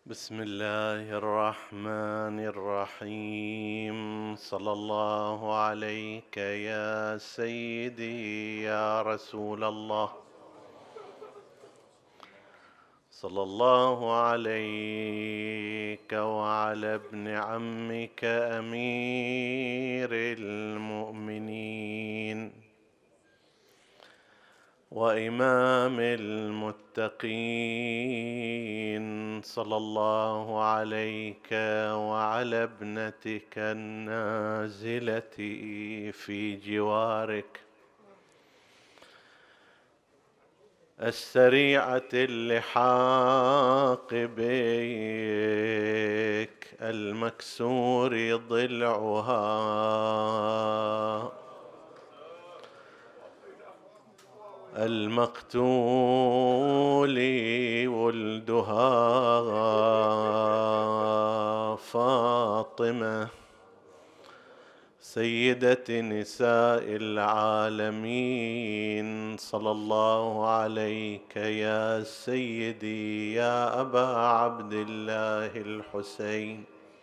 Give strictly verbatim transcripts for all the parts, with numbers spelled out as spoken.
بسم الله الرحمن الرحيم. صلى الله عليك يا سيدي يا رسول الله. صلى الله عليك وعلى ابن عمك أمير المؤمنين وإمام المتقين. صلى الله عليك وعلى ابنتك النازلة في جوارك السريعة اللحاق بك المكسور ضلعها المقتول ولدها فاطمة سيدة نساء العالمين. صلى الله عليك يا سيدي يا أبا عبد الله الحسين.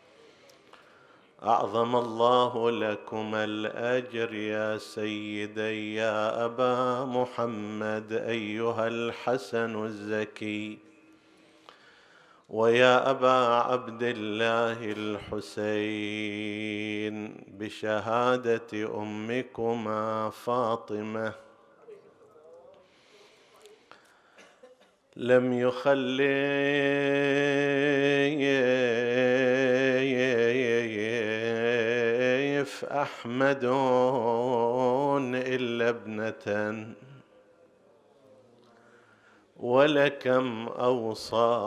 أعظم الله لكم الأجر يا سيدي يا أبا محمد أيها الحسن الزكي ويا أبا عبد الله الحسين بشهادة أمكما فاطمة لم يخلف أحمد إلا ابنة ولكم أوصى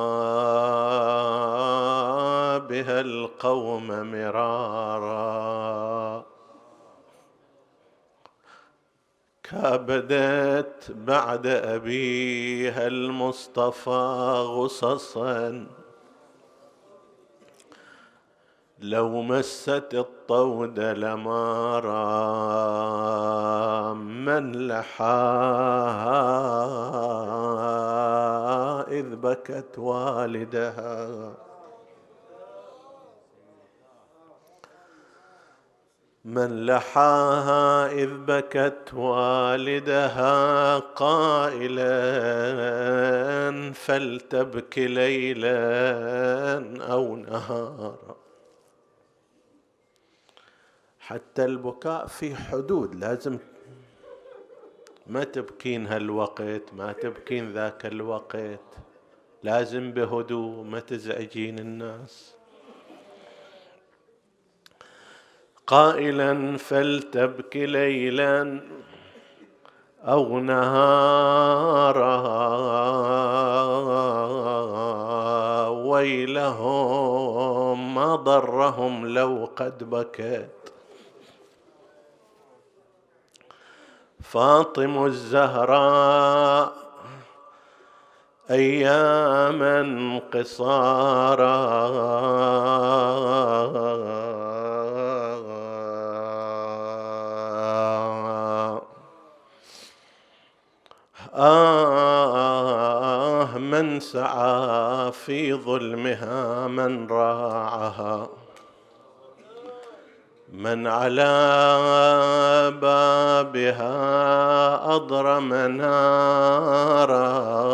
بها القوم مرارا كابدت بعد أبيها المصطفى غصصا لو مست الطود لمارا من لحاها إذ بكت والدها من لحاها إذ بكت والدها قائلا فلتبك ليلا أو نهارا. حتى البكاء في حدود، لازم ما تبكين هالوقت ما تبكين ذاك الوقت، لازم بهدوء ما تزعجين الناس. قائلا فلتبك ليلا أو نهارا ويلهم ما ضرهم لو قد بكت فاطم الزهراء أياما قصارا آه من سعى في ظلمها من راعها من على بابها أضرم نارا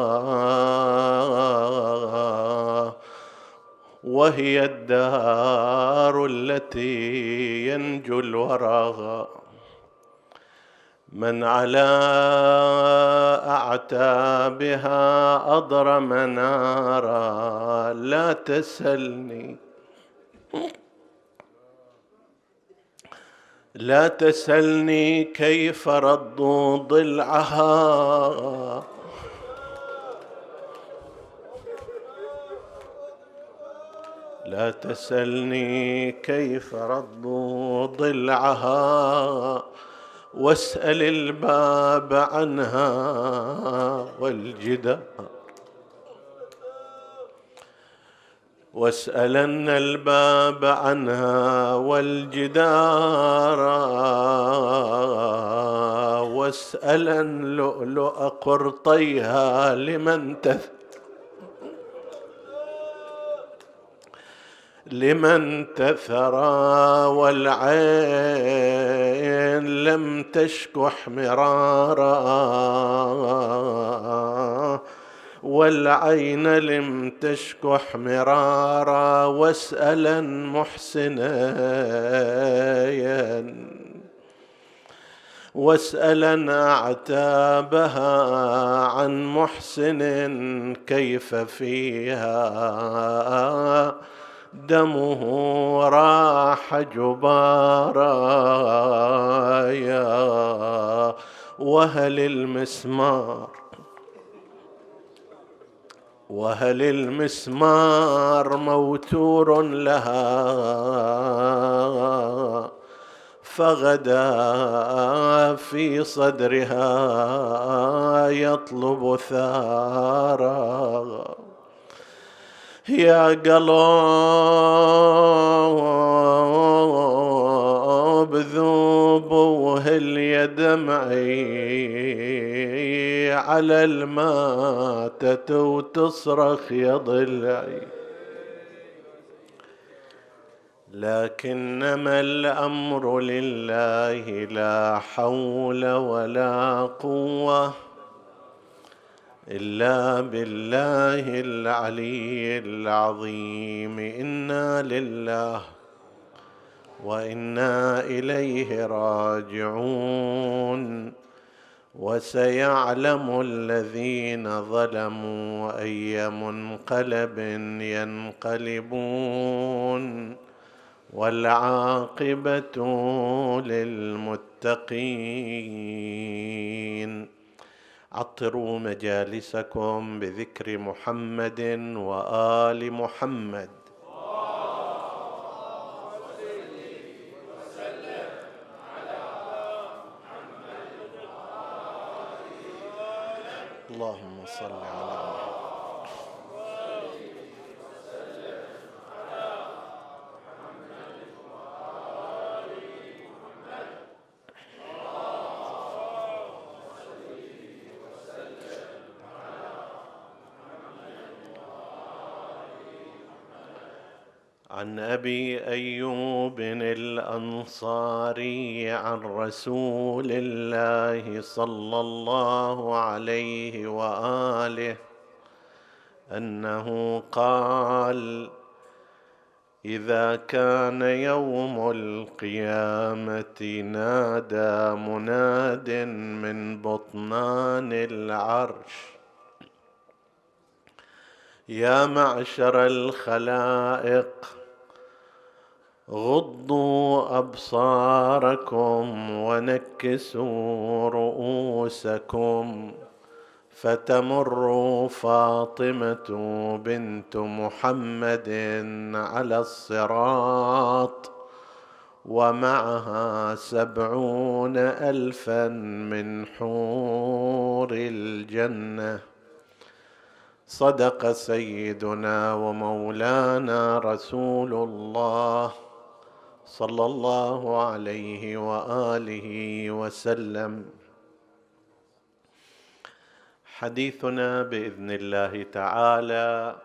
وهي الدار التي ينجو الورى من على أعتابها أضرم نارا. لا تسلني لا تسلني كيف ردوا ضلعها لا تسلني كيف ردوا ضلعها واسأل الباب عنها والجدار واسألن الباب عنها والجدار واسألن لؤلؤ قرطيها لمن تث لمن تثرى والعين لم تشكح مرارا، والعين لم تشكح مرارا، واسألا محسنا واسألا أعتابها عن محسن كيف فيها دمه راح جبارا. يا وهل المسمار وهل المسمار موتور لها، فغدا في صدرها يطلب ثارا. يا قلب ذوب وهل يا دمعي على الماتة وتصرخ يا ضلعي، لكنما الأمر لله لا حول ولا قوة إلا بالله العلي العظيم. إنا لله وإنا إليه راجعون. وسيعلم الذين ظلموا أي منقلب ينقلبون، والعاقبة للمتقين. عطروا مجالسكم بذكر محمد وآل محمد. اللهم صل على عن أبي أيوب الأنصاري عن رسول الله صلى الله عليه وآله أنه قال: إذا كان يوم القيامة نادى مناد من بطنان العرش: يا معشر الخلائق، غضوا أبصاركم ونكسوا رؤوسكم، فتمر فاطمة بنت محمد على الصراط ومعها سبعون ألفا من حور الجنة. صدق سيدنا ومولانا رسول الله صلى الله عليه وآله وسلم. حديثنا بإذن الله تعالى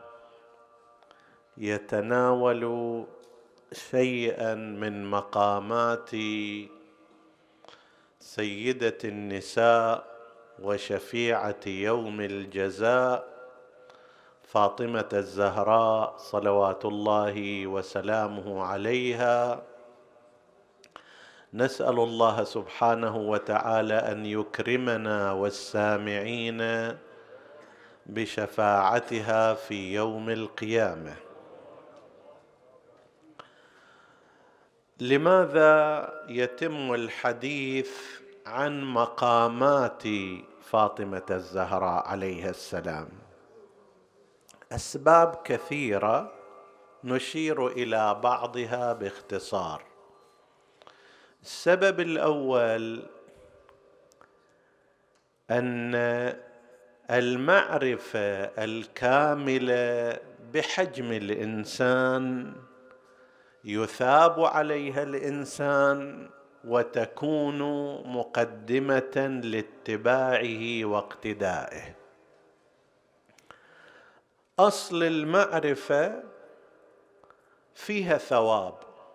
يتناول شيئا من مقامات سيدة النساء وشفيعة يوم الجزاء فاطمة الزهراء صلوات الله وسلامه عليها. نسأل الله سبحانه وتعالى أن يكرمنا والسامعين بشفاعتها في يوم القيامة. لماذا يتم الحديث عن مقامات فاطمة الزهراء عليها السلام؟ أسباب كثيرة نشير إلى بعضها باختصار. السبب الأول أن المعرفة الكاملة بحجم الإنسان يثاب عليها الإنسان وتكون مقدمة لاتباعه واقتدائه. أصل المعرفة فيها ثواب،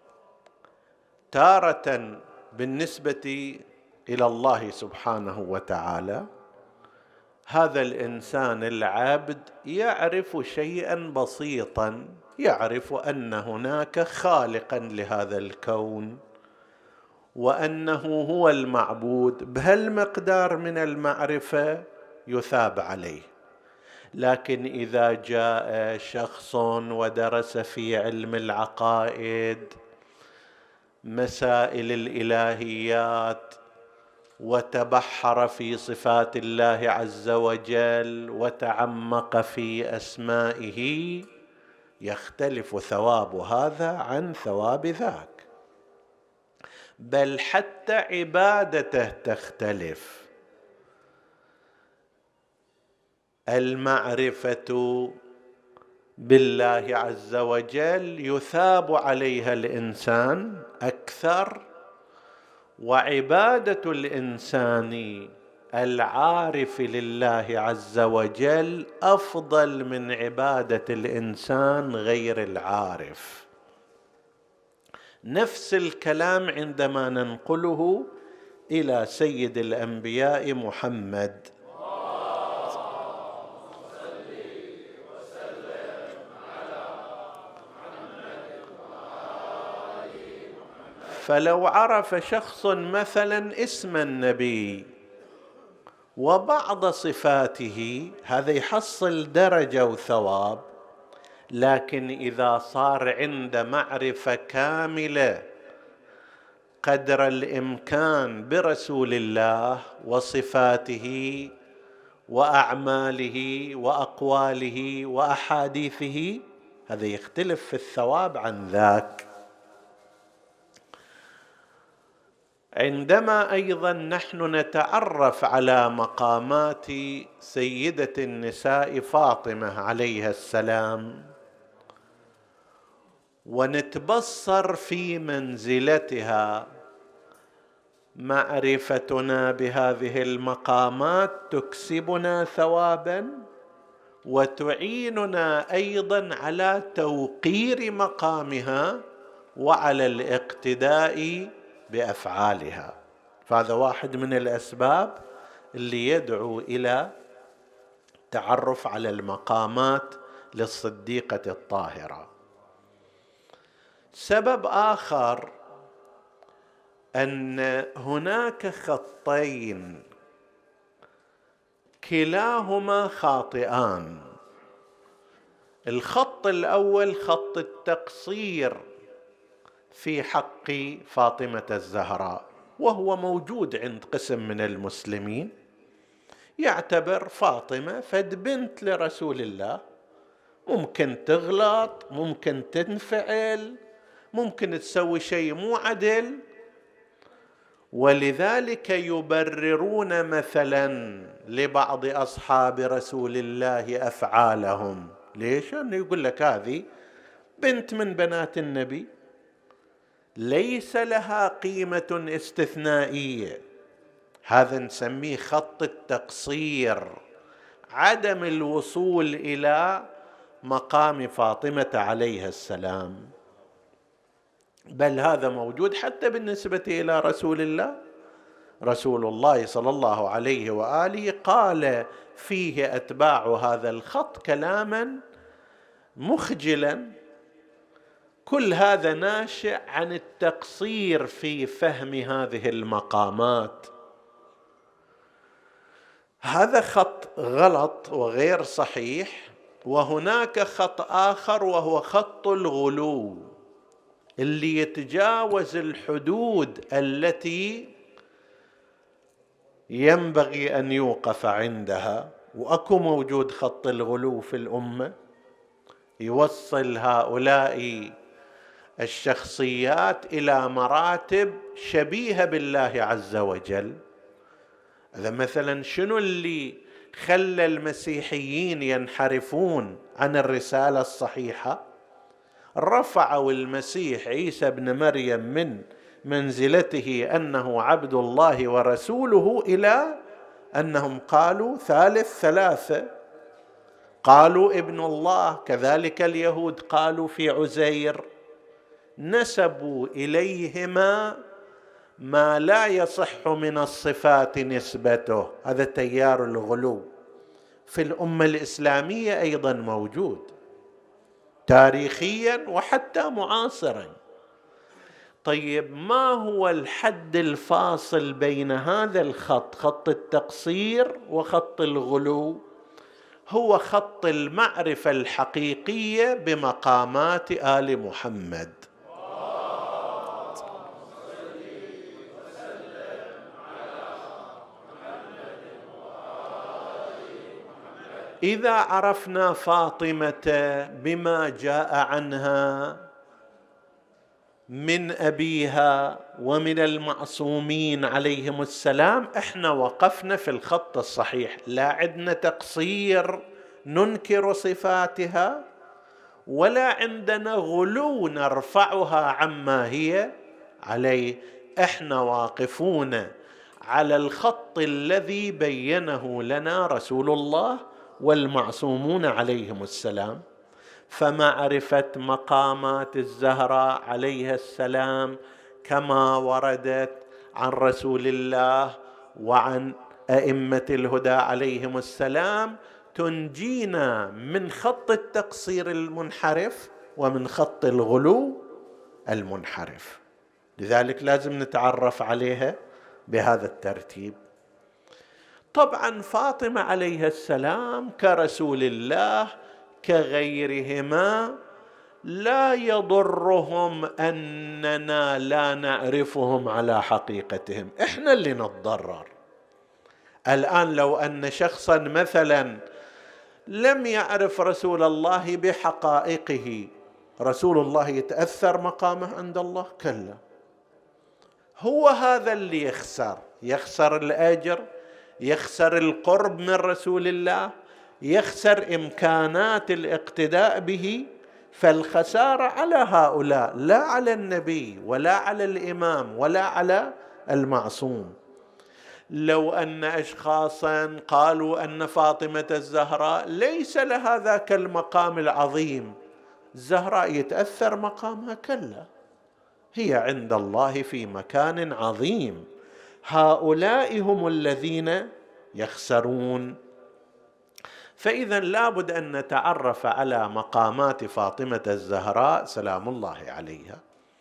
تارة بالنسبة إلى الله سبحانه وتعالى هذا الإنسان العابد يعرف شيئا بسيطا، يعرف أن هناك خالقا لهذا الكون وأنه هو المعبود، بهالمقدار من المعرفة يثاب عليه. لكن إذا جاء شخص ودرس في علم العقائد مسائل الإلهيات وتبحر في صفات الله عز وجل وتعمق في أسمائه، يختلف ثواب هذا عن ثواب ذاك، بل حتى عبادته تختلف. المعرفة بالله عز وجل يثاب عليها الإنسان أكثر، وعبادة الإنسان العارف لله عز وجل أفضل من عبادة الإنسان غير العارف. نفس الكلام عندما ننقله إلى سيد الأنبياء محمد فلو عرف شخص مثلا اسم النبي وبعض صفاته هذا يحصل درجة وثواب، لكن إذا صار عند معرفة كاملة قدر الإمكان برسول الله وصفاته وأعماله وأقواله وأحاديثه، هذا يختلف في الثواب عن ذاك. عندما أيضا نحن نتعرف على مقامات سيدة النساء فاطمة عليها السلام ونتبصر في منزلتها، معرفتنا بهذه المقامات تكسبنا ثوابا وتعيننا أيضا على توقير مقامها وعلى الاقتداء بأفعالها. فهذا واحد من الأسباب اللي يدعو إلى تعرف على المقامات للصديقة الطاهرة. سبب آخر أن هناك خطين كلاهما خاطئان. الخط الأول خط التقصير في حق فاطمة الزهراء، وهو موجود عند قسم من المسلمين، يعتبر فاطمة فد بنت لرسول الله، ممكن تغلط، ممكن تنفعل، ممكن تسوي شيء مو عدل، ولذلك يبررون مثلا لبعض أصحاب رسول الله أفعالهم. ليش؟ أنه يقول لك هذه بنت من بنات النبي ليس لها قيمة استثنائية. هذا نسميه خط التقصير، عدم الوصول إلى مقام فاطمة عليها السلام. بل هذا موجود حتى بالنسبة إلى رسول الله. رسول الله صلى الله عليه وآله قال فيه أتباع هذا الخط كلاما مخجلا. كل هذا ناشئ عن التقصير في فهم هذه المقامات. هذا خط غلط وغير صحيح. وهناك خط آخر وهو خط الغلو، اللي يتجاوز الحدود التي ينبغي أن يوقف عندها. وأكو موجود خط الغلو في الأمة يوصل هؤلاء الشخصيات إلى مراتب شبيهة بالله عز وجل. هذا مثلا شنو اللي خلى المسيحيين ينحرفون عن الرسالة الصحيحة؟ رفعوا المسيح عيسى ابن مريم من منزلته أنه عبد الله ورسوله إلى أنهم قالوا ثالث ثلاثة، قالوا ابن الله. كذلك اليهود قالوا في عزير نسبوا إليهما ما لا يصح من الصفات نسبته. هذا تيار الغلو في الأمة الإسلامية أيضا موجود تاريخيا وحتى معاصرا. طيب ما هو الحد الفاصل بين هذا الخط، خط التقصير وخط الغلو؟ هو خط المعرفة الحقيقية بمقامات آل محمد. إذا عرفنا فاطمة بما جاء عنها من أبيها ومن المعصومين عليهم السلام، إحنا وقفنا في الخط الصحيح، لا عندنا تقصير ننكر صفاتها ولا عندنا غلو نرفعها عما هي عليه. إحنا واقفون على الخط الذي بينه لنا رسول الله والمعصومون عليهم السلام. فمعرفة مقامات الزهراء عليها السلام كما وردت عن رسول الله وعن أئمة الهدى عليهم السلام تنجينا من خط التقصير المنحرف ومن خط الغلو المنحرف. لذلك لازم نتعرف عليها بهذا الترتيب. طبعا فاطمة عليها السلام كرسول الله كغيرهما لا يضرهم أننا لا نعرفهم على حقيقتهم، إحنا اللي نتضرر. الآن لو أن شخصا مثلا لم يعرف رسول الله بحقائقه، رسول الله يتأثر مقامه عند الله؟ كلا. هو هذا اللي يخسر، يخسر الأجر، يخسر القرب من رسول الله، يخسر إمكانات الاقتداء به. فالخسارة على هؤلاء لا على النبي ولا على الإمام ولا على المعصوم. لو أن أشخاصا قالوا أن فاطمة الزهراء ليس لها ذاك المقام العظيم، الزهراء يتأثر مقامها؟ كلا، هي عند الله في مكان عظيم. هؤلاء هم الذين يخسرون. فإذا لابد أن نتعرف على مقامات فاطمة الزهراء سلام الله عليها.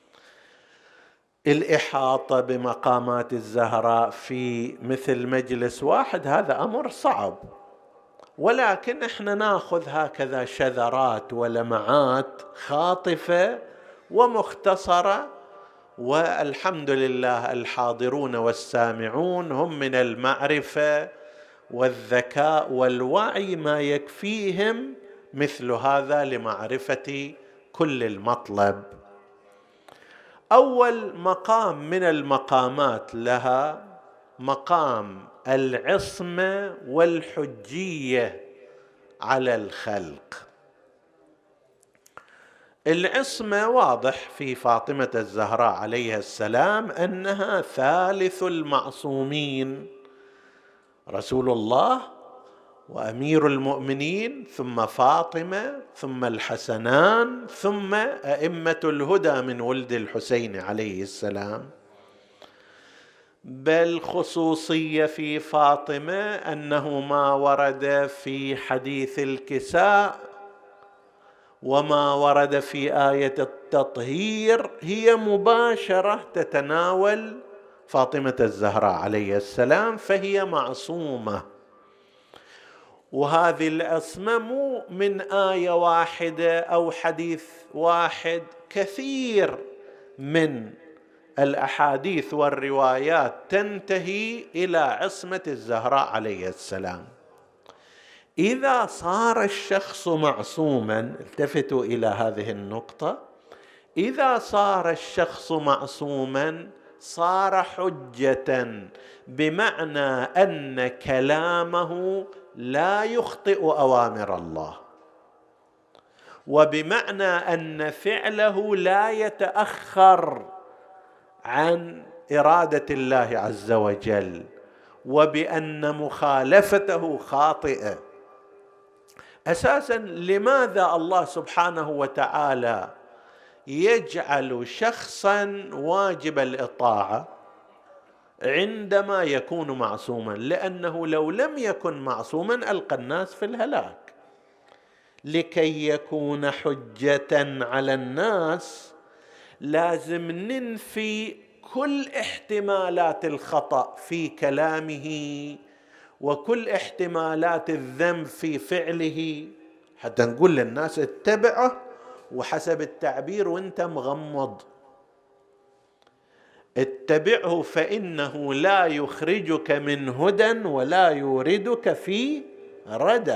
الإحاطة بمقامات الزهراء في مثل مجلس واحد هذا أمر صعب، ولكن احنا ناخذ هكذا شذرات ولمعات خاطفة ومختصرة، والحمد لله الحاضرون والسامعون هم من المعرفة والذكاء والوعي ما يكفيهم مثل هذا لمعرفة كل المطلب. أول مقام من المقامات لها مقام العصمة والحجية على الخلق. العصمة واضح في فاطمة الزهراء عليها السلام أنها ثالث المعصومين، رسول الله وأمير المؤمنين ثم فاطمة ثم الحسنان ثم أئمة الهدى من ولد الحسين عليه السلام. بل خصوصية في فاطمة أنه ما ورد في حديث الكساء وما ورد في آية التطهير هي مباشرة تتناول فاطمة الزهراء عليه السلام، فهي معصومة. وهذه العصمة مو من آية واحدة أو حديث واحد، كثير من الأحاديث والروايات تنتهي إلى عصمة الزهراء عليه السلام. إذا صار الشخص معصوما، التفتوا إلى هذه النقطة، إذا صار الشخص معصوما صار حجة، بمعنى أن كلامه لا يخطئ أوامر الله، وبمعنى أن فعله لا يتأخر عن إرادة الله عز وجل، وبأن مخالفته خاطئة. أساسا لماذا الله سبحانه وتعالى يجعل شخصا واجب الإطاعة عندما يكون معصوما، لأنه لو لم يكن معصوما ألقى الناس في الهلاك. لكي يكون حجة على الناس لازم ننفي كل احتمالات الخطأ في كلامه وكل احتمالات الذنب في فعله، حتى نقول للناس اتبعه وحسب التعبير وانت مغمض، اتبعه فإنه لا يخرجك من هدى ولا يوردك في ردى.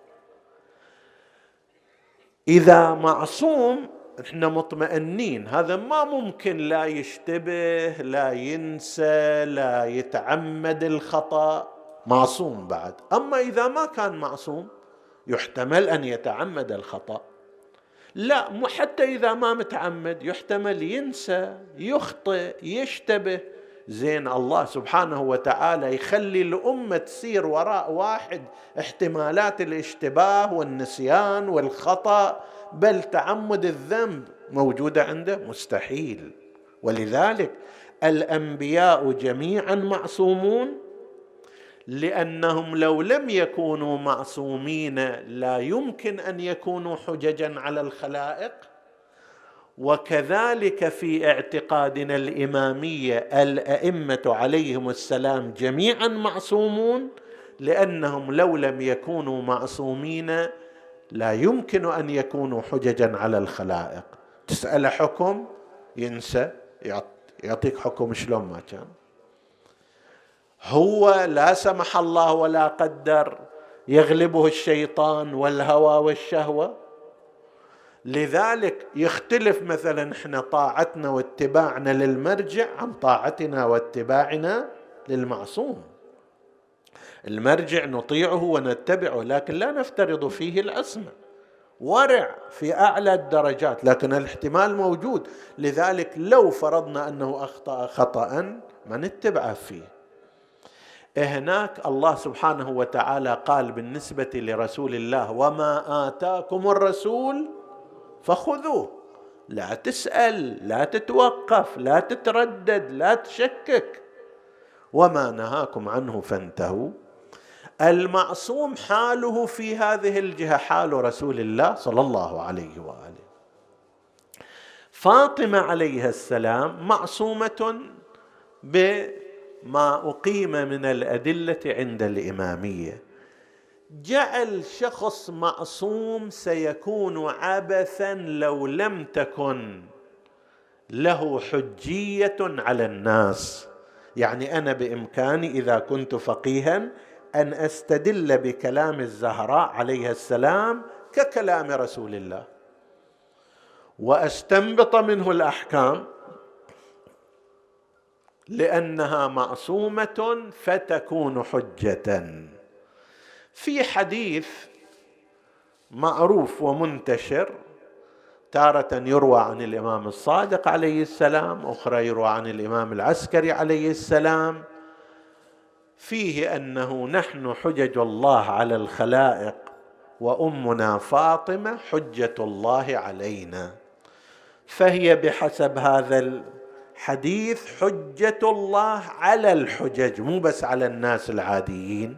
إذا معصوم احنا مطمئنين، هذا ما ممكن لا يشتبه لا ينسى لا يتعمد الخطأ، معصوم بعد. أما إذا ما كان معصوم يحتمل أن يتعمد الخطأ، لا حتى إذا ما متعمد يحتمل ينسى يخطئ يشتبه. زين الله سبحانه وتعالى يخلي الأمة تسير وراء واحد احتمالات الاشتباه والنسيان والخطأ، بل تعمد الذنب موجودة عنده؟ مستحيل. ولذلك الأنبياء جميعا معصومون، لأنهم لو لم يكونوا معصومين لا يمكن أن يكونوا حججا على الخلائق. وكذلك في اعتقادنا الإمامية الأئمة عليهم السلام جميعا معصومون، لأنهم لو لم يكونوا معصومين لا يمكن أن يكونوا حججا على الخلائق. تسأل حكم ينسى، يعطيك حكم شلون ما كان. هو لا سمح الله ولا قدر يغلبه الشيطان والهوى والشهوة، لذلك يختلف مثلا احنا طاعتنا واتباعنا للمرجع عن طاعتنا واتباعنا للمعصوم. المرجع نطيعه ونتبعه لكن لا نفترض فيه العصمة، ورع في أعلى الدرجات لكن الاحتمال موجود. لذلك لو فرضنا أنه أخطأ خطأ ما نتبعه فيه. هناك الله سبحانه وتعالى قال بالنسبة لرسول الله: وما آتاكم الرسول فخذوه. لا تسأل لا تتوقف لا تتردد لا تشكك. وما نهاكم عنه فانتهوا. المعصوم حاله في هذه الجهة حال رسول الله صلى الله عليه وآله. فاطمة عليها السلام معصومة بما أقيم من الأدلة عند الإمامية. جعل شخص معصوم سيكون عبثا لو لم تكن له حجية على الناس. يعني أنا بإمكاني إذا كنت فقيها أن أستدل بكلام الزهراء عليها السلام ككلام رسول الله وأستنبط منه الأحكام، لأنها معصومة فتكون حجة. في حديث معروف ومنتشر تارة يروى عن الإمام الصادق عليه السلام، أخرى يروى عن الإمام العسكري عليه السلام، فيه أنه نحن حجج الله على الخلائق وأمنا فاطمة حجة الله علينا. فهي بحسب هذا الحديث حجة الله على الحجج مو بس على الناس العاديين.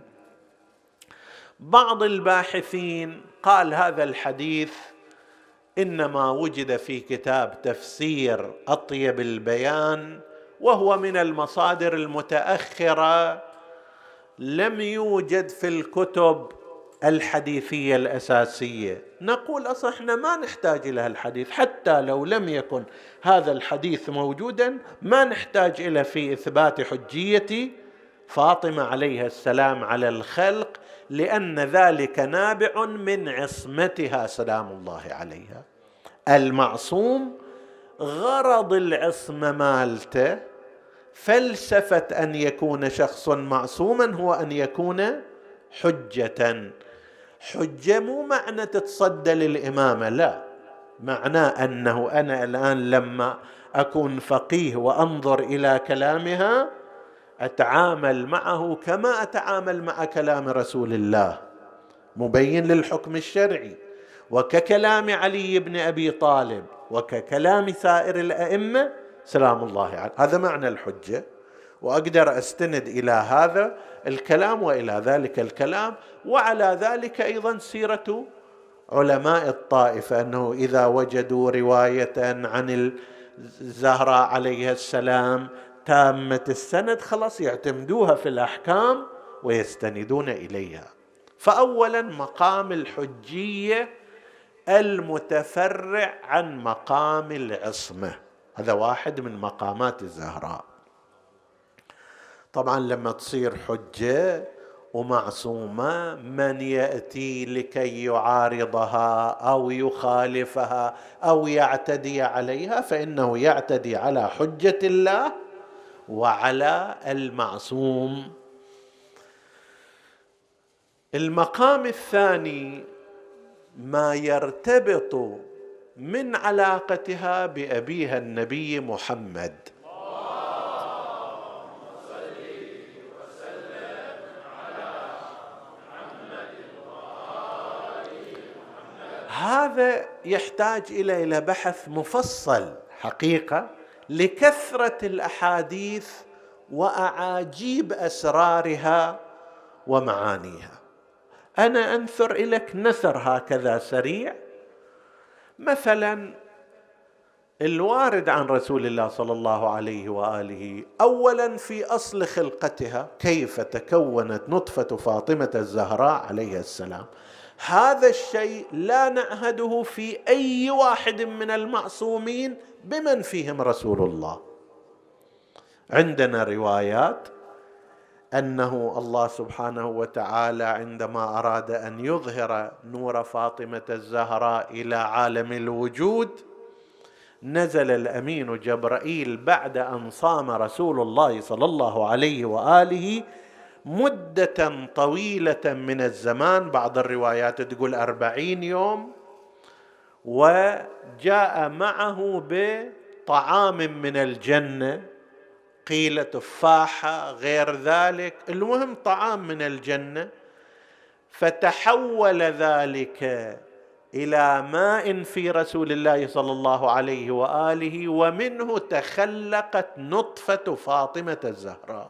بعض الباحثين قال هذا الحديث إنما وجد في كتاب تفسير أطيب البيان، وهو من المصادر المتأخرة، لم يوجد في الكتب الحديثية الأساسية. نقول أصلا احنا ما نحتاج إلى الحديث، حتى لو لم يكن هذا الحديث موجودا ما نحتاج إلى في إثبات حجية فاطمة عليها السلام على الخلق، لأن ذلك نابع من عصمتها سلام الله عليها. المعصوم غرض العصمة مالته فلسفة أن يكون شخص معصوما هو أن يكون حجة. حجة مو معنى تتصدى للإمامة، لا، معناه أنه أنا الآن لما أكون فقيه وأنظر إلى كلامها أتعامل معه كما أتعامل مع كلام رسول الله مبين للحكم الشرعي، وككلام علي بن أبي طالب وككلام سائر الأئمة سلام الله عليه. هذا معنى الحجة، وأقدر أستند إلى هذا الكلام وإلى ذلك الكلام، وعلى ذلك أيضا سيرة علماء الطائفة، أنه إذا وجدوا رواية عن الزهراء عليها السلام تامة السند خلاص يعتمدوها في الأحكام ويستندون إليها. فأولا مقام الحجية المتفرع عن مقام العصمة، هذا واحد من مقامات الزهراء. طبعا لما تصير حجة ومعصومة، من يأتي لكي يعارضها أو يخالفها أو يعتدي عليها فإنه يعتدي على حجة الله وعلى المعصوم. المقام الثاني ما يرتبط من علاقتها بأبيها النبي محمد، هذا يحتاج إلى إلى بحث مفصل حقيقة لكثرة الأحاديث وأعاجيب أسرارها ومعانيها. أنا أنثر إليك نثر هكذا سريع. مثلا الوارد عن رسول الله صلى الله عليه وآله، أولا في أصل خلقتها كيف تكونت نطفة فاطمة الزهراء عليها السلام، هذا الشيء لا نعهده في أي واحد من المعصومين بمن فيهم رسول الله. عندنا روايات أنه الله سبحانه وتعالى عندما أراد أن يظهر نور فاطمة الزهراء إلى عالم الوجود نزل الأمين جبرائيل بعد أن صام رسول الله صلى الله عليه وآله مدة طويلة من الزمان، بعض الروايات تقول أربعين يوم، وجاء معه بطعام من الجنة، قيل تفاحة غير ذلك، المهم طعام من الجنة، فتحول ذلك إلى ماء في رسول الله صلى الله عليه وآله، ومنه تخلقت نطفة فاطمة الزهراء.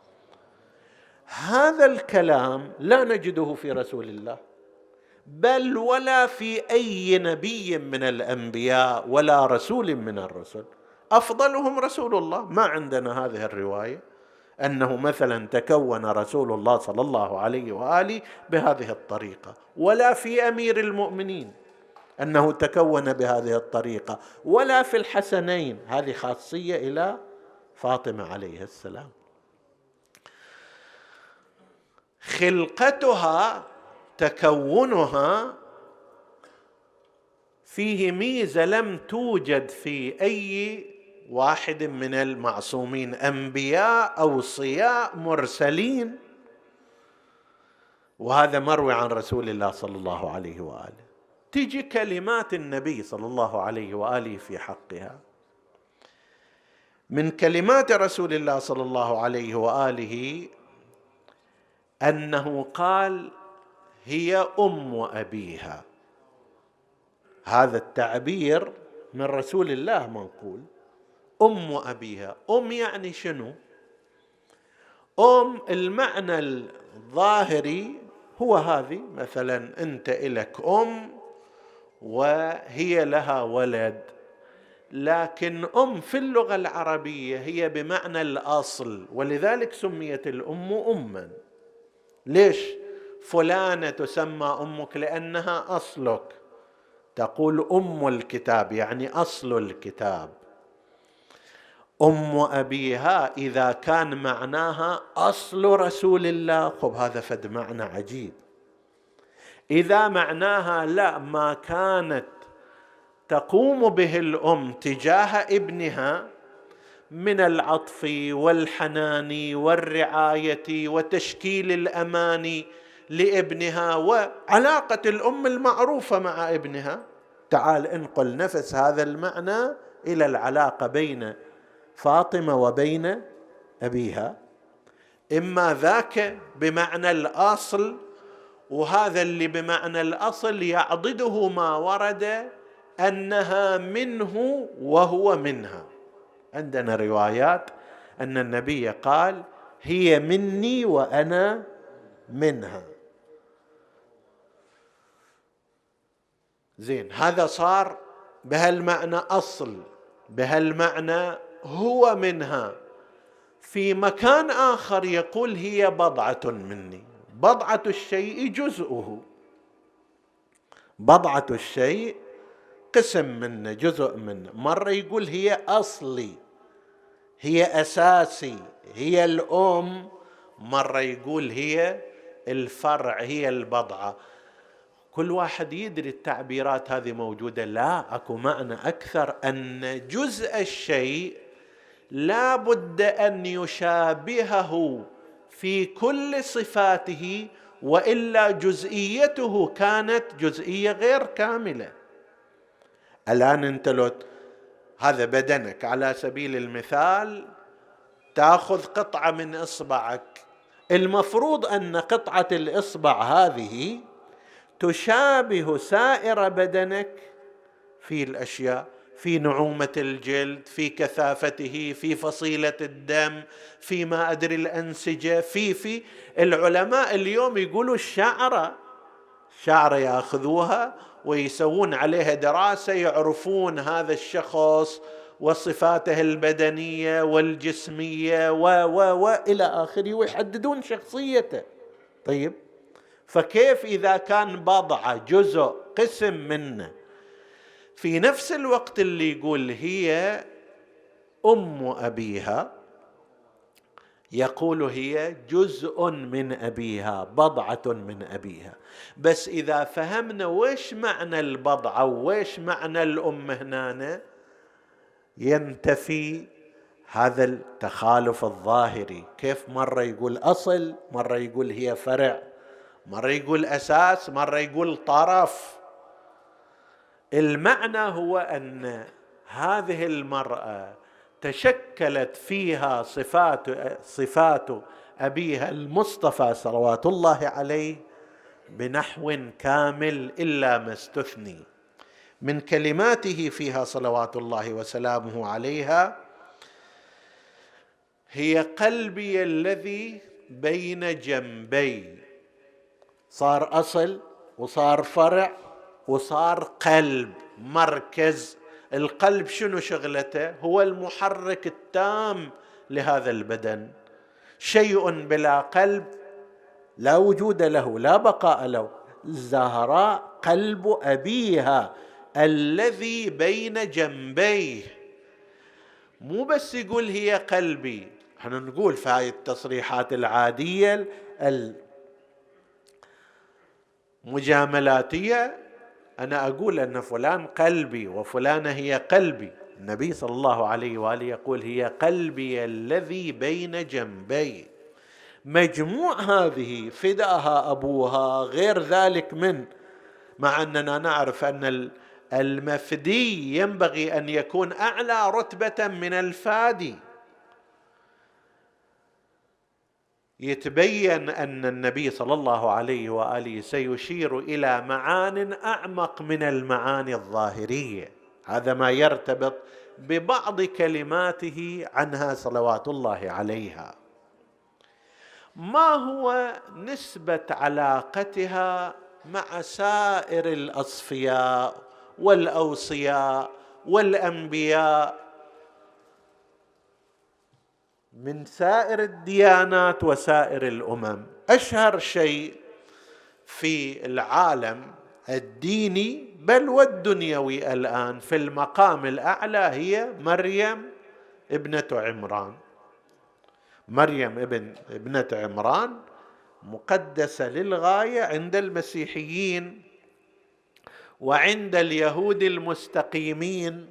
هذا الكلام لا نجده في رسول الله، بل ولا في أي نبي من الأنبياء ولا رسول من الرسل، أفضلهم رسول الله. ما عندنا هذه الرواية أنه مثلا تكون رسول الله صلى الله عليه وآله بهذه الطريقة، ولا في أمير المؤمنين أنه تكون بهذه الطريقة، ولا في الحسنين، هذه خاصية إلى فاطمة عليه السلام. خلقتها تكونها فيه ميزة لم توجد في أي واحد من المعصومين، أنبياء أوصياء مرسلين، وهذا مروي عن رسول الله صلى الله عليه وآله. تجي كلمات النبي صلى الله عليه وآله في حقها. من كلمات رسول الله صلى الله عليه وآله أنه قال هي أم أبيها. هذا التعبير من رسول الله منقول، أم أبيها. أم يعني شنو؟ أم المعنى الظاهري هو هذه، مثلا أنت إلك أم وهي لها ولد، لكن أم في اللغة العربية هي بمعنى الأصل، ولذلك سميت الأم أماً. ليش فلانة تسمى أمك؟ لأنها أصلك، تقول أم الكتاب يعني أصل الكتاب. أم أبيها إذا كان معناها أصل رسول الله، خب هذا فد معنى عجيب. إذا معناها لا، ما كانت تقوم به الأم تجاه ابنها من العطف والحنان والرعاية وتشكيل الأمان لابنها وعلاقة الأم المعروفة مع ابنها، تعال انقل نفس هذا المعنى إلى العلاقة بين فاطمة وبين أبيها. إما ذاك بمعنى الأصل، وهذا اللي بمعنى الأصل يعضده ما ورد أنها منه وهو منها. عندنا روايات أن النبي قال هي مني وأنا منها. زين، هذا صار بهالمعنى أصل، بهالمعنى هو منها. في مكان آخر يقول هي بضعة مني. بضعة الشيء جزءه، بضعة الشيء قسم منه، جزء منه. مرة يقول هي أصلي، هي أساسي، هي الأم. مرة يقول هي الفرع، هي البضعة. كل واحد يدري التعبيرات هذه موجودة. لا، أكو معنى أكثر، أن جزء الشيء لا بد أن يشابهه في كل صفاته، وإلا جزئيته كانت جزئية غير كاملة. الآن أنت لو هذا بدنك على سبيل المثال، تأخذ قطعة من إصبعك، المفروض أن قطعة الإصبع هذه تشابه سائر بدنك في الأشياء، في نعومة الجلد، في كثافته، في فصيلة الدم، في ما أدري الأنسجة، في في العلماء اليوم يقولوا الشعرة شعرة يأخذوها ويسوون عليها دراسة، يعرفون هذا الشخص وصفاته البدنية والجسمية و و و إلى آخره، ويحددون شخصيته. طيب، فكيف إذا كان بضعة، جزء، قسم منه، في نفس الوقت اللي يقول هي أم أبيها، يقول هي جزء من أبيها، بضعة من أبيها. بس إذا فهمنا ويش معنى البضعة ويش معنى الأم هنا، ينتفي هذا التخالف الظاهري. كيف مرة يقول أصل، مرة يقول هي فرع، مرة يقول أساس، مرة يقول طرف. المعنى هو أن هذه المرأة تشكلت فيها صفات صفات أبيها المصطفى صلوات الله عليه بنحو كامل إلا ما استثني. من كلماته فيها صلوات الله وسلامه عليها: هي قلبي الذي بين جنبي. صار أصل وصار فرع وصار قلب، مركز. القلب شنو شغلته؟ هو المحرك التام لهذا البدن. شيء بلا قلب لا وجود له، لا بقاء له. الزهراء قلب أبيها الذي بين جنبيه. مو بس يقول هي قلبي، احنا نقول في هاي التصريحات العادية المجاملاتية، أنا أقول أن فلان قلبي وفلانة هي قلبي. النبي صلى الله عليه وآله يقول هي قلبي الذي بين جنبي. مجموع هذه فداها أبوها، غير ذلك من، مع أننا نعرف أن المفدي ينبغي أن يكون أعلى رتبة من الفادي. يتبين أن النبي صلى الله عليه وآله سيشير إلى معان أعمق من المعاني الظاهرية. هذا ما يرتبط ببعض كلماته عنها صلوات الله عليها. ما هو نسبة علاقتها مع سائر الأصفياء والأوصياء والأنبياء من سائر الديانات وسائر الأمم؟ أشهر شيء في العالم الديني بل والدنيوي الآن في المقام الأعلى هي مريم ابنة عمران. مريم ابن ابنة عمران مقدسة للغاية عند المسيحيين وعند اليهود المستقيمين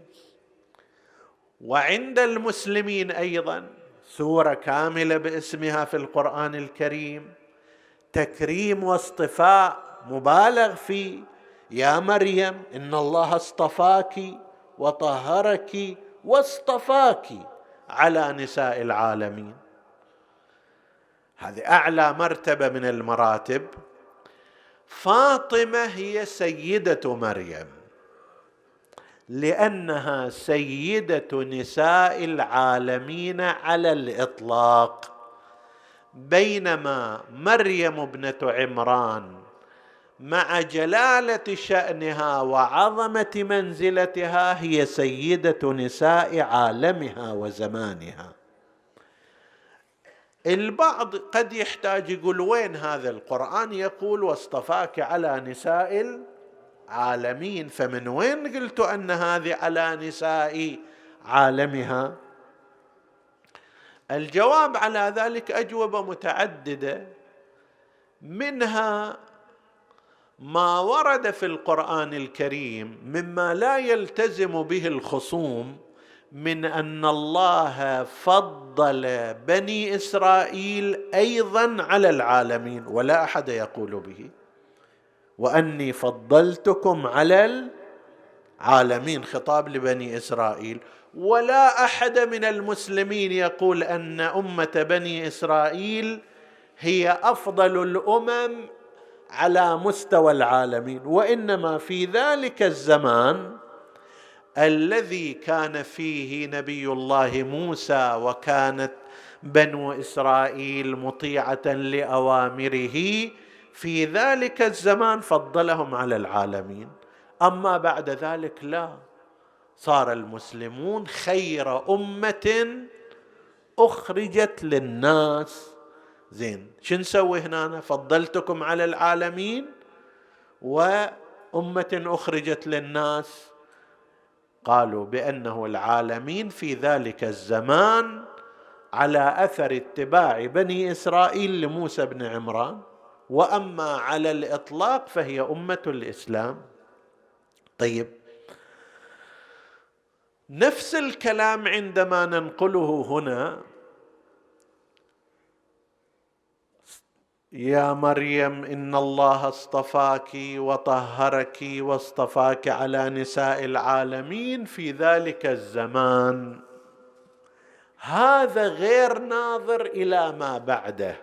وعند المسلمين أيضا. سورة كاملة باسمها في القرآن الكريم، تكريم واصطفاء مبالغ فيه. يا مريم إن الله اصطفاك وطهرك واصطفاك على نساء العالمين. هذه أعلى مرتبة من المراتب. فاطمة هي سيدة مريم. لأنها سيدة نساء العالمين على الإطلاق، بينما مريم ابنة عمران مع جلالة شأنها وعظمة منزلتها هي سيدة نساء عالمها وزمانها. البعض قد يحتاج يقول وين هذا القرآن يقول واصطفاك على نساء العالمين، فمن وين قلت أن هذه على نساء عالمها؟ الجواب على ذلك أجوبة متعددة، منها ما ورد في القرآن الكريم مما لا يلتزم به الخصوم من أن الله فضل بني إسرائيل أيضا على العالمين، ولا أحد يقول به، وأني فضلتكم على العالمين، خطاب لبني إسرائيل. ولا أحد من المسلمين يقول أن أمة بني إسرائيل هي أفضل الأمم على مستوى العالمين، وإنما في ذلك الزمان الذي كان فيه نبي الله موسى وكانت بنو إسرائيل مطيعة لأوامره، في ذلك الزمان فضلهم على العالمين. أما بعد ذلك لا، صار المسلمون خير أمة أخرجت للناس. زين، شو نسوي هنا؟ فضلتكم على العالمين وأمة أخرجت للناس. قالوا بأنه العالمين في ذلك الزمان على أثر اتباع بني إسرائيل لموسى بن عمران، وأما على الإطلاق فهي أمة الإسلام. طيب، نفس الكلام عندما ننقله هنا: يا مريم إن الله اصطفاك وطهرك واصطفاك على نساء العالمين في ذلك الزمان، هذا غير ناظر إلى ما بعده.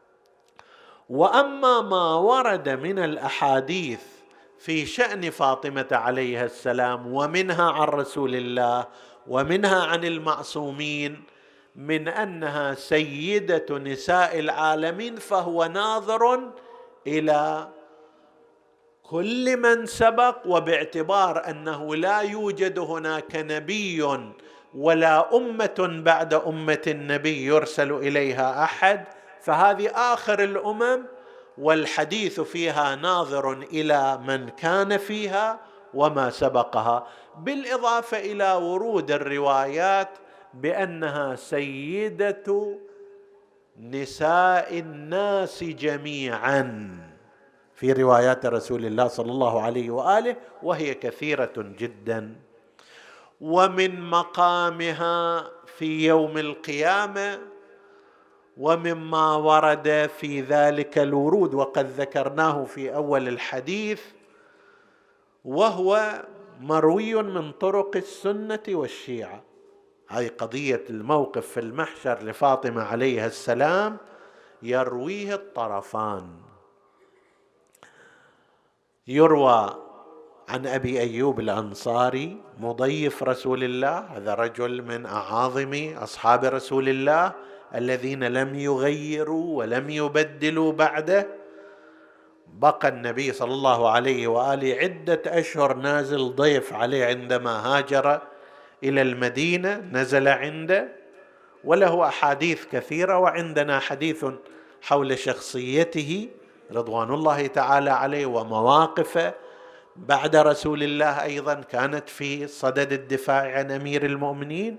وأما ما ورد من الأحاديث في شأن فاطمة عليها السلام، ومنها عن رسول الله ومنها عن المعصومين، من أنها سيدة نساء العالمين، فهو ناظر إلى كل من سبق، وباعتبار أنه لا يوجد هناك نبي ولا أمة بعد أمة النبي يرسل إليها أحد، فهذه آخر الأمم، والحديث فيها ناظر إلى من كان فيها وما سبقها، بالإضافة إلى ورود الروايات بأنها سيدة نساء الناس جميعا في روايات رسول الله صلى الله عليه وآله، وهي كثيرة جدا. ومن مقامها في يوم القيامة ومما ورد في ذلك الورود، وقد ذكرناه في أول الحديث، وهو مروي من طرق السنة والشيعة، هذه قضية الموقف في المحشر لفاطمة عليها السلام يرويه الطرفان. يروى عن أبي أيوب الأنصاري مضيف رسول الله، هذا رجل من أعاظم أصحاب رسول الله الذين لم يغيروا ولم يبدلوا بعده. بقى النبي صلى الله عليه وآله عدة أشهر نازل ضيف عليه عندما هاجر إلى المدينة، نزل عنده، وله أحاديث كثيرة، وعندنا حديث حول شخصيته رضوان الله تعالى عليه ومواقفه بعد رسول الله أيضا كانت في صدد الدفاع عن أمير المؤمنين.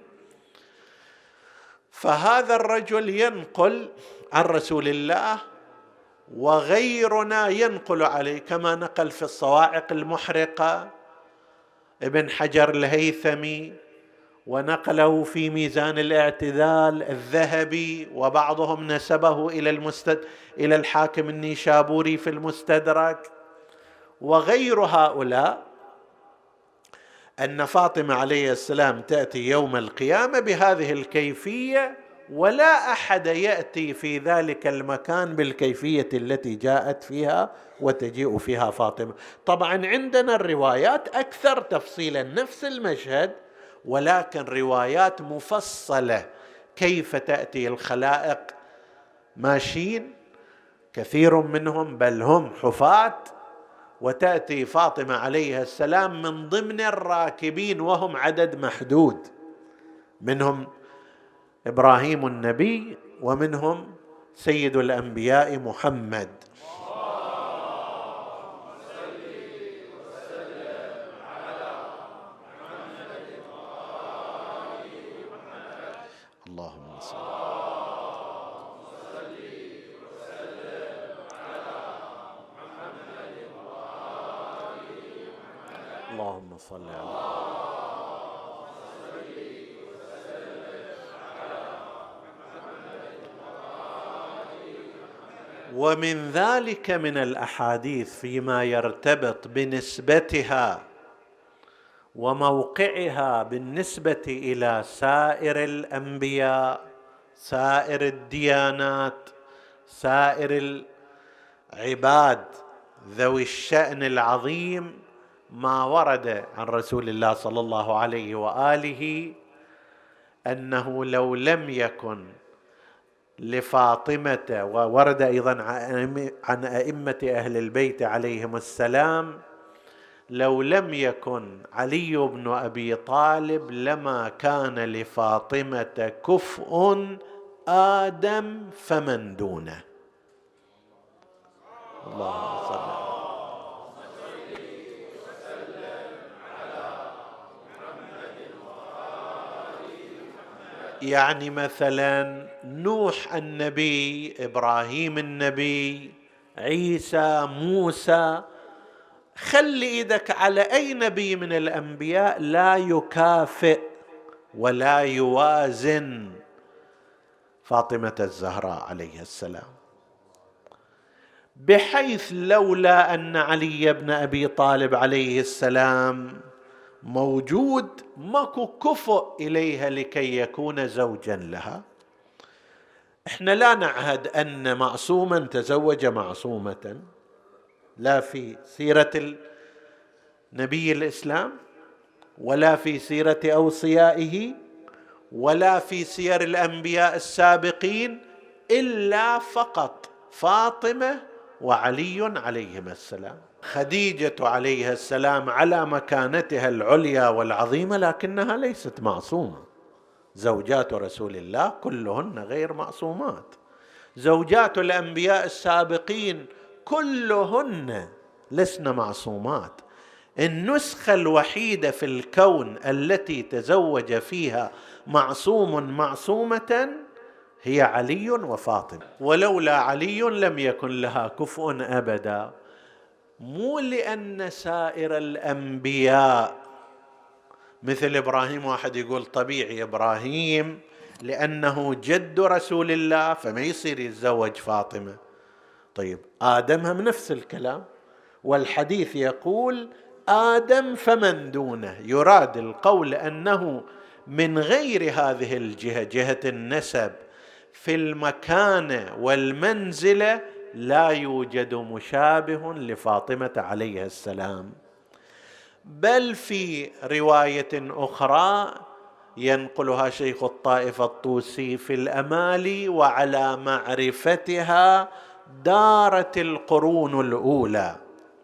فهذا الرجل ينقل عن رسول الله، وغيرنا ينقل عليه، كما نقل في الصواعق المحرقة ابن حجر الهيثمي، ونقله في ميزان الاعتدال الذهبي، وبعضهم نسبه إلى المستد... إلى الحاكم النيشابوري في المستدرك، وغير هؤلاء، أن فاطمة عليه السلام تأتي يوم القيامة بهذه الكيفية ولا أحد يأتي في ذلك المكان بالكيفية التي جاءت فيها وتجيء فيها فاطمة. طبعا عندنا الروايات أكثر تفصيلا، نفس المشهد ولكن روايات مفصلة، كيف تأتي الخلائق ماشيين كثير منهم بل هم حفاة، وتأتي فاطمة عليها السلام من ضمن الراكبين وهم عدد محدود، منهم إبراهيم النبي ومنهم سيد الأنبياء محمد. اللهم صل. اللهم صل على ومن ذلك من الأحاديث فيما يرتبط بنسبتها وموقعها بالنسبة إلى سائر الأنبياء، سائر الديانات، سائر العباد ذوي الشأن العظيم، ما ورد عن رسول الله صلى الله عليه وآله أنه لو لم يكن لفاطمة، وورد أيضا عن أئمة أهل البيت عليهم السلام، لو لم يكن علي بن أبي طالب لما كان لفاطمة كفء آدم فمن دونه. اللهم صل على يعني مثلا نوح النبي، إبراهيم النبي، عيسى، موسى، خلي ايدك على اي نبي من الانبياء لا يكافئ ولا يوازن فاطمة الزهراء عليه السلام، بحيث لولا ان علي بن ابي طالب عليه السلام موجود ماكو كفؤ اليها لكي يكون زوجا لها. احنا لا نعهد ان معصوما تزوج معصومة، لا في سيرة نبي الإسلام ولا في سيرة أوصيائه ولا في سير الأنبياء السابقين، إلا فقط فاطمة وعلي عليهما السلام. خديجة عليها السلام على مكانتها العليا والعظيمة لكنها ليست معصومة. زوجات رسول الله كلهن غير معصومات، زوجات الأنبياء السابقين كلهن لسن معصومات. النسخة الوحيدة في الكون التي تزوج فيها معصوم معصومة هي علي وفاطمة، ولولا علي لم يكن لها كفء أبدا. مو لأن سائر الأنبياء مثل إبراهيم، واحد يقول طبيعي إبراهيم لأنه جد رسول الله فما يصير يتزوج فاطمة. طيب آدم هم نفس الكلام، والحديث يقول آدم فمن دونه، يراد القول أنه من غير هذه الجهة، جهة النسب، في المكانة والمنزلة لا يوجد مشابه لفاطمة عليها السلام. بل في رواية أخرى ينقلها شيخ الطائفة الطوسي في الأمالي: وعلى معرفتها دارت القرون الأولى.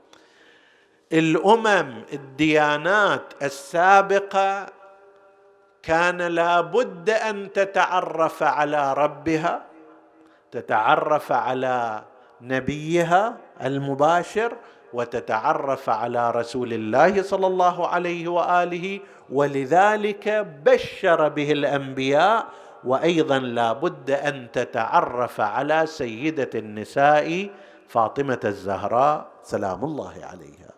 الأمم الديانات السابقة كان لا بد أن تتعرف على ربها، تتعرف على نبيها المباشر، وتتعرف على رسول الله صلى الله عليه وآله، ولذلك بشر به الأنبياء. وأيضا لا بد أن تتعرف على سيدة النساء فاطمة الزهراء سلام الله عليها.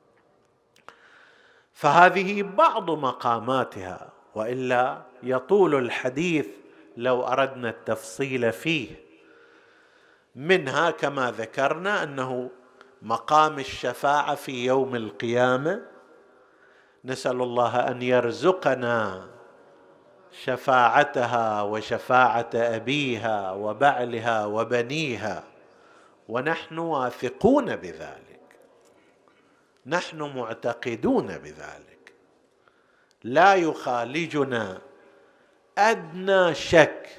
فهذه بعض مقاماتها، وإلا يطول الحديث لو أردنا التفصيل فيه. منها كما ذكرنا أنه مقام الشفاعة في يوم القيامة، نسأل الله أن يرزقنا شفاعتها وشفاعة أبيها وبعلها وبنيها، ونحن واثقون بذلك، نحن معتقدون بذلك، لا يخالجنا أدنى شك،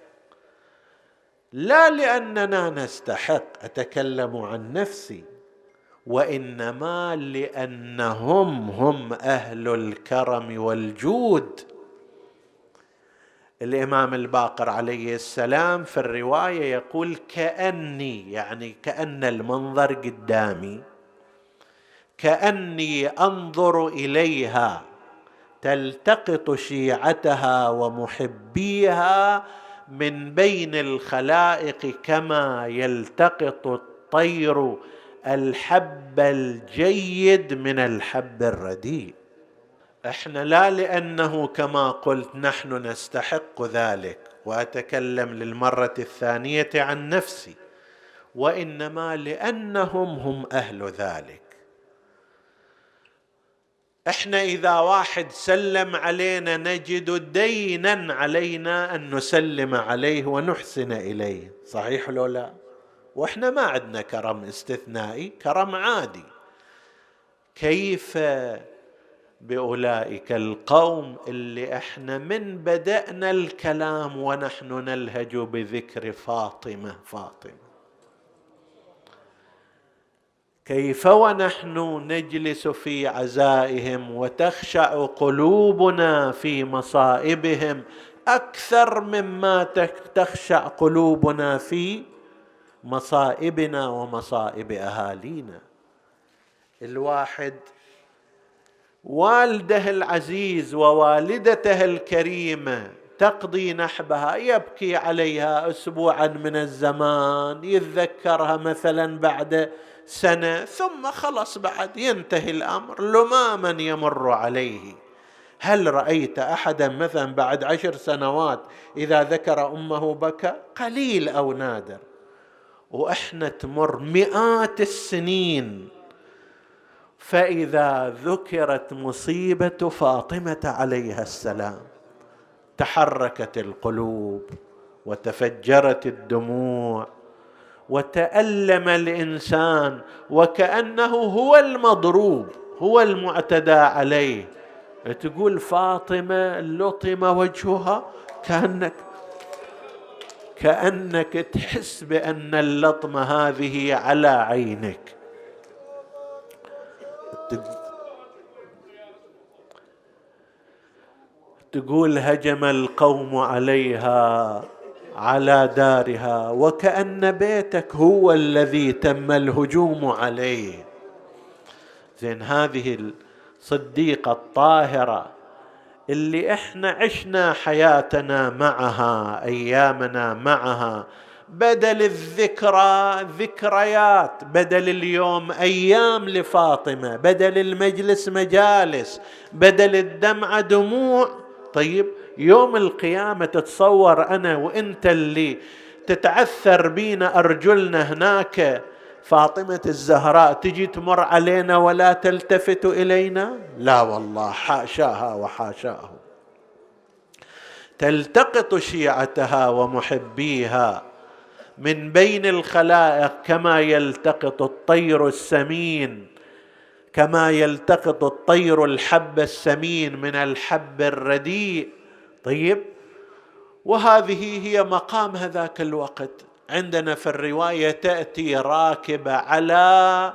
لا لأننا نستحق، أتكلم عن نفسي، وإنما لأنهم هم أهل الكرم والجود. الإمام الباقر عليه السلام في الرواية يقول: كأني، يعني كأن المنظر قدامي، كأني أنظر إليها تلتقط شيعتها ومحبيها من بين الخلائق كما يلتقط الطير الحب الجيد من الحب الرديء. احنا لا لأنه كما قلت نحن نستحق ذلك، وأتكلم للمرة الثانية عن نفسي، وإنما لأنهم هم أهل ذلك. احنا إذا واحد سلم علينا نجد دينا علينا أن نسلم عليه ونحسن إليه، صحيح لو لا؟ واحنا ما عندنا كرم استثنائي، كرم عادي. كيف بأولئك القوم اللي احنا من بدأنا الكلام ونحن نلهج بذكر فاطمة فاطمة؟ كيف ونحن نجلس في عزائهم وتخشع قلوبنا في مصائبهم أكثر مما تخشع قلوبنا في مصائبنا ومصائب أهالينا. الواحد والده العزيز ووالدته الكريمة تقضي نحبها، يبكي عليها أسبوعا من الزمان، يتذكرها مثلا بعد سنة، ثم خلص بعد ينتهي الأمر، لماما يمر عليه. هل رأيت أحدا مثلا بعد عشر سنوات إذا ذكر أمه بكى؟ قليل أو نادر. وإحنا تمر مئات السنين، فإذا ذكرت مصيبة فاطمة عليها السلام تحركت القلوب وتفجرت الدموع وتألم الإنسان، وكأنه هو المضروب، هو المعتدى عليه. تقول فاطمة لطم وجهها، كأنك كأنك تحس بأن اللطمة هذه على عينك. تقول هجم القوم عليها على دارها، وكأن بيتك هو الذي تم الهجوم عليه. زين، هذه الصديقة الطاهرة اللي احنا عشنا حياتنا معها، ايامنا معها، بدل الذكرى ذكريات، بدل اليوم ايام لفاطمة، بدل المجلس مجالس، بدل الدمعة دموع. طيب يوم القيامة تتصور أنا وإنت اللي تتعثر بينا أرجلنا هناك، فاطمة الزهراء تجي تمر علينا ولا تلتفت إلينا؟ لا والله، حاشاها وحاشاه. تلتقط شيعتها ومحبيها من بين الخلائق كما يلتقط الطير السمين، كما يلتقط الطير الحب السمين من الحب الرديء. طيب، وهذه هي مقام هذاك الوقت. عندنا في الرواية تأتي راكبة على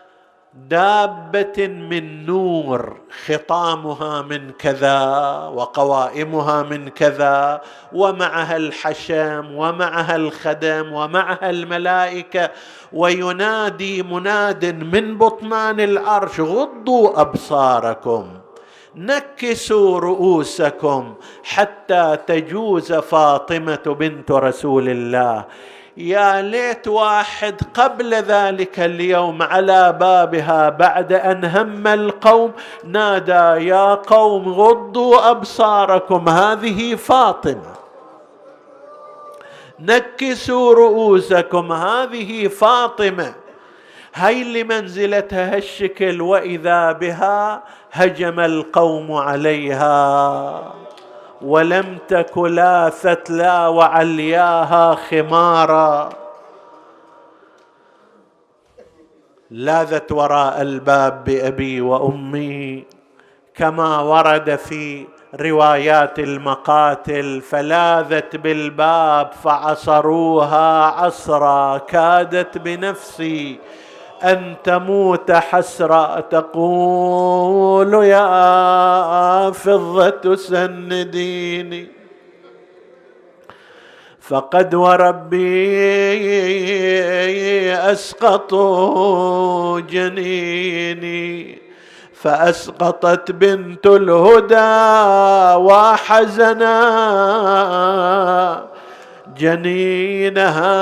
دابة من نور، خطامها من كذا وقوائمها من كذا، ومعها الحشم ومعها الخدم ومعها الملائكة، وينادي مناد من بطنان العرش: غضوا أبصاركم، نكسوا رؤوسكم حتى تجوز فاطمة بنت رسول الله. يا ليت واحد قبل ذلك اليوم على بابها بعد أن هم القوم نادى: يا قوم غضوا أبصاركم، هذه فاطمة، نكسوا رؤوسكم، هذه فاطمة. هاي اللي منزلتها هالشكل، وإذا بها هجم القوم عليها ولم تك لاثت لا وعلياها خمارا، لاذت وراء الباب بأبي وأمي كما ورد في روايات المقاتل، فلاذت بالباب فعصروها عصرا كادت بنفسي أن تموت حسرا، تقول يا فضة سنديني، فقد وربي أسقطوا جنيني. فأسقطت بنت الهدى وحزنا جنين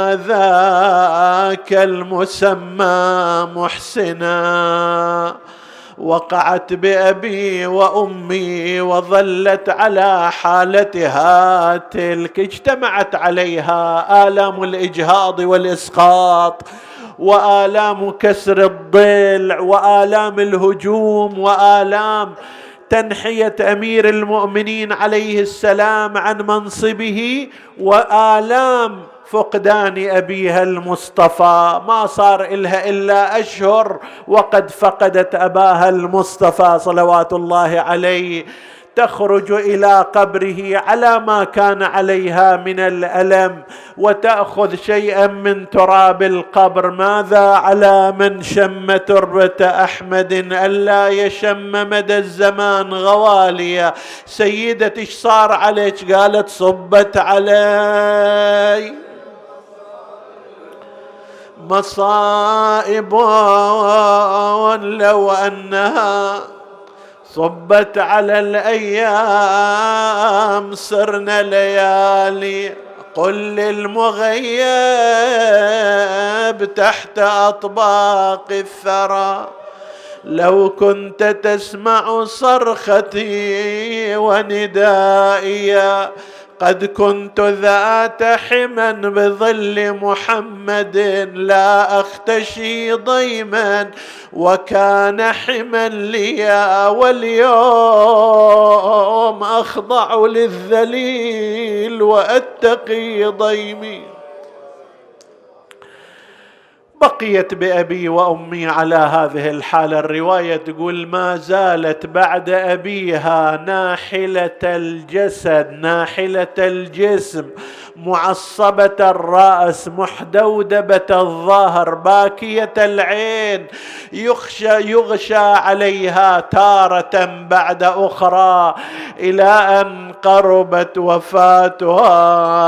هذاك المسمى محسنا، وقعت بأبي وأمي وظلت على حالتها تلك، اجتمعت عليها آلام الإجهاض والإسقاط، وآلام كسر الضلع، وآلام الهجوم، وآلام تنحية أمير المؤمنين عليه السلام عن منصبه، وآلام فقدان أبيها المصطفى. ما صار إلها إلا أشهر وقد فقدت أباها المصطفى صلوات الله عليه، تخرج إلى قبره على ما كان عليها من الألم، وتأخذ شيئا من تراب القبر. ماذا على من شم تربة أحمد ألا يشم مدى الزمان غواليا. سيدتي ايش صار عليك؟ قالت صبت علي مصائب لو أنها صبت على الأيام صرنا ليالي. قل للمغيب تحت أطباق الثرى لو كنت تسمع صرختي وندائي، قد كنت ذات حما بظل محمد لا أختشي ضيما وكان حما لي، واليوم أخضع للذليل وأتقي ضيمي. بقيت بأبي وأمي على هذه الحالة. الرواية تقول ما زالت بعد أبيها ناحلة الجسد، ناحلة الجسم، معصبة الرأس، محدودبة الظهر، باكية العين، يخشى يغشى عليها تارة بعد أخرى، إلى أن قربت وفاتها.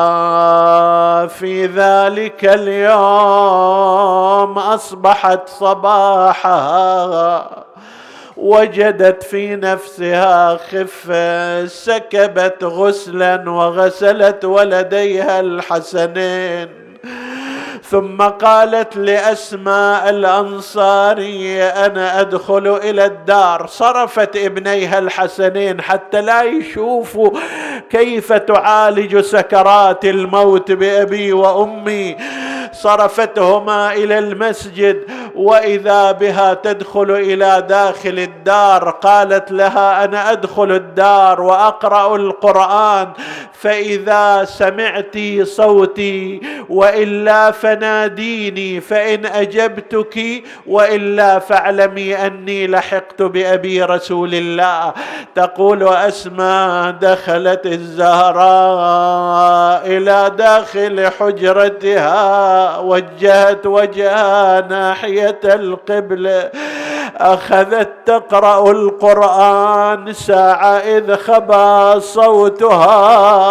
في ذلك اليوم أصبحت صباحها وجدت في نفسها خفة، سكبت غسلا وغسلت ولديها الحسنين، ثم قالت لأسماء الأنصاري أنا أدخل إلى الدار. صرفت ابنيها الحسنين حتى لا يشوفوا كيف تعالج سكرات الموت بأبي وأمي، صرفتهما إلى المسجد، وإذا بها تدخل إلى داخل الدار. قالت لها أنا أدخل الدار وأقرأ القرآن، فإذا سمعت صوتي وإلا فناديني، فإن أجبتك وإلا فاعلمي أني لحقت بأبي رسول الله. تقول أسماء دخلت الزهراء إلى داخل حجرتها، وجهت وجهها ناحية القبلة، أخذت تقرأ القرآن. ساعة إذ خبى صوتها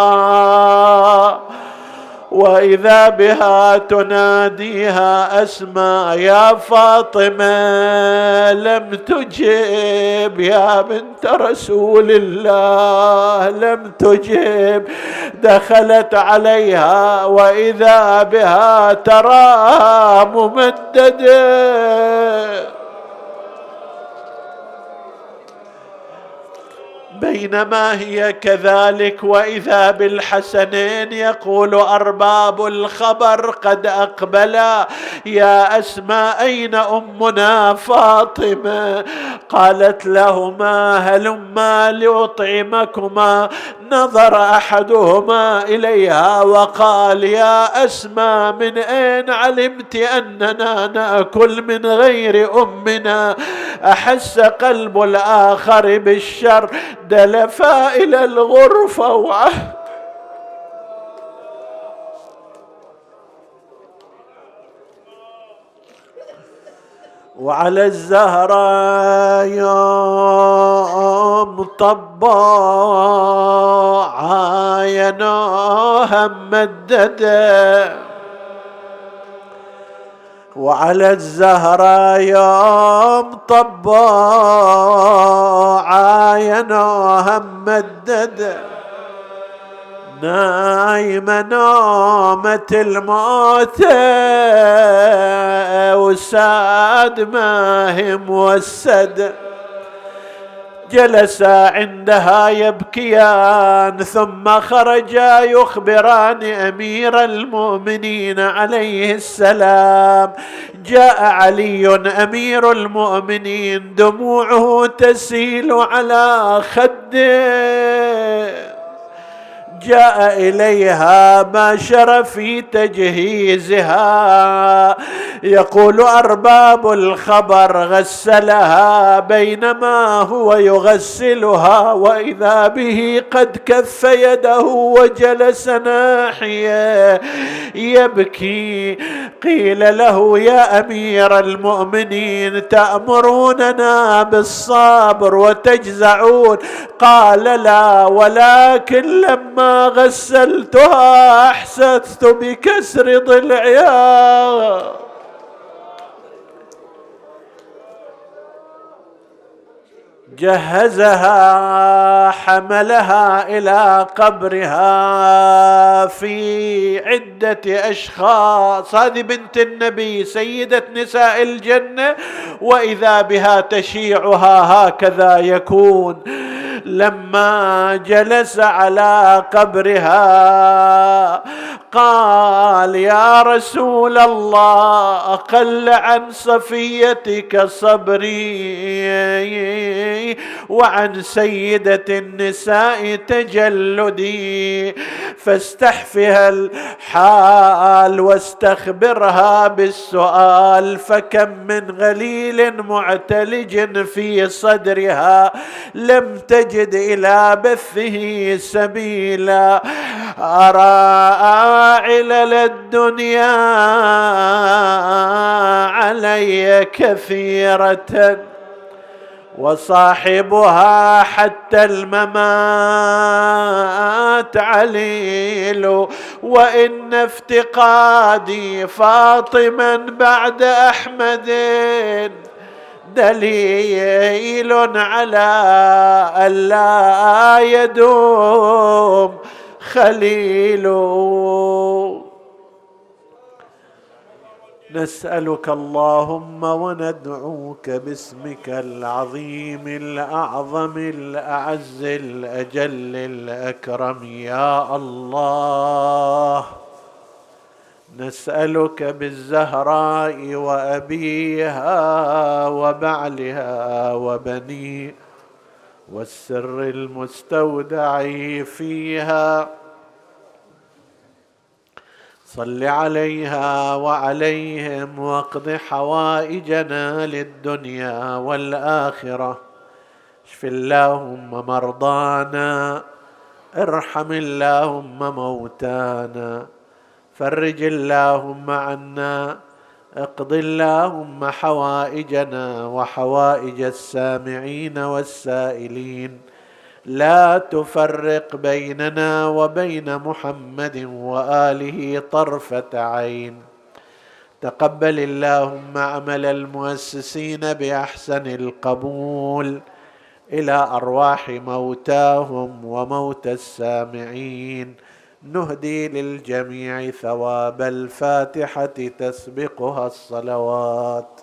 وإذا بها تناديها أسماء يا فاطمة، لم تجب يا بنت رسول الله، لم تجب. دخلت عليها وإذا بها تراها ممددة، بينما هي كذلك وإذا بالحسنين يقول أرباب الخبر قد أقبلا: يا أسماء أين أمنا فاطمة؟ قالت لهما: هلما لأطعمكما. نظر أحدهما إليها وقال: يا أسماء، من أين علمت أننا نأكل من غير أمنا؟ أحس قلب الآخر بالشر، دلفا إلى الغرفة وعه وعلى الزهراء يوم طبا عايناها ممددة، وعلى الزهراء يوم طبا عايناها ممددة، نايمة نومة الموت وساد ما هي موسد. جلسا عندها يبكيان ثم خرجا يخبران أمير المؤمنين عليه السلام. جاء علي أمير المؤمنين دموعه تسيل على خده، جاء إليها باشر في تجهيزها، يقول أرباب الخبر غسلها بينما هو يغسلها وإذا به قد كف يده وجلس ناحية يبكي. قيل له: يا أمير المؤمنين، تأمروننا بالصبر وتجزعون؟ قال: لا، ولكن لما غسلتها أحسست بكسر ضلعها. جهزها حملها إلى قبرها في عدة أشخاص. هذه بنت النبي سيدة نساء الجنة، وإذا بها تشيعها هكذا يكون. لما جلس على قبرها قال: يا رسول الله، أقل عن صفيتك صبري وعن سيدة النساء تجلدي، فاستحفها الحال واستخبرها بالسؤال. فكم من غليل معتلج في صدرها لم تجد إلى بثه سبيلا. أرى علل الدنيا علي كثيرة وصاحبها حتى الممات عليل، وإن افتقادي فاطما بعد أحمد دليل على ألا يدوم خليل. نسألك اللهم وندعوك باسمك العظيم الأعظم الأعز الأجل الأكرم يا الله، نسألك بالزهراء وأبيها وبعلها وبنيها والسر المستودع فيها، صل عليها وعليهم واقض حوائجنا للدنيا والآخرة. اشف اللهم مرضانا، ارحم اللهم موتانا، فرج اللهم عنا، اقض اللهم حوائجنا وحوائج السامعين والسائلين. لا تفرق بيننا وبين محمد وآله طرفة عين. تقبل اللهم عمل المؤسسين بأحسن القبول إلى أرواح موتاهم وموتى السامعين. نهدي للجميع ثواب الفاتحة تسبقها الصلوات.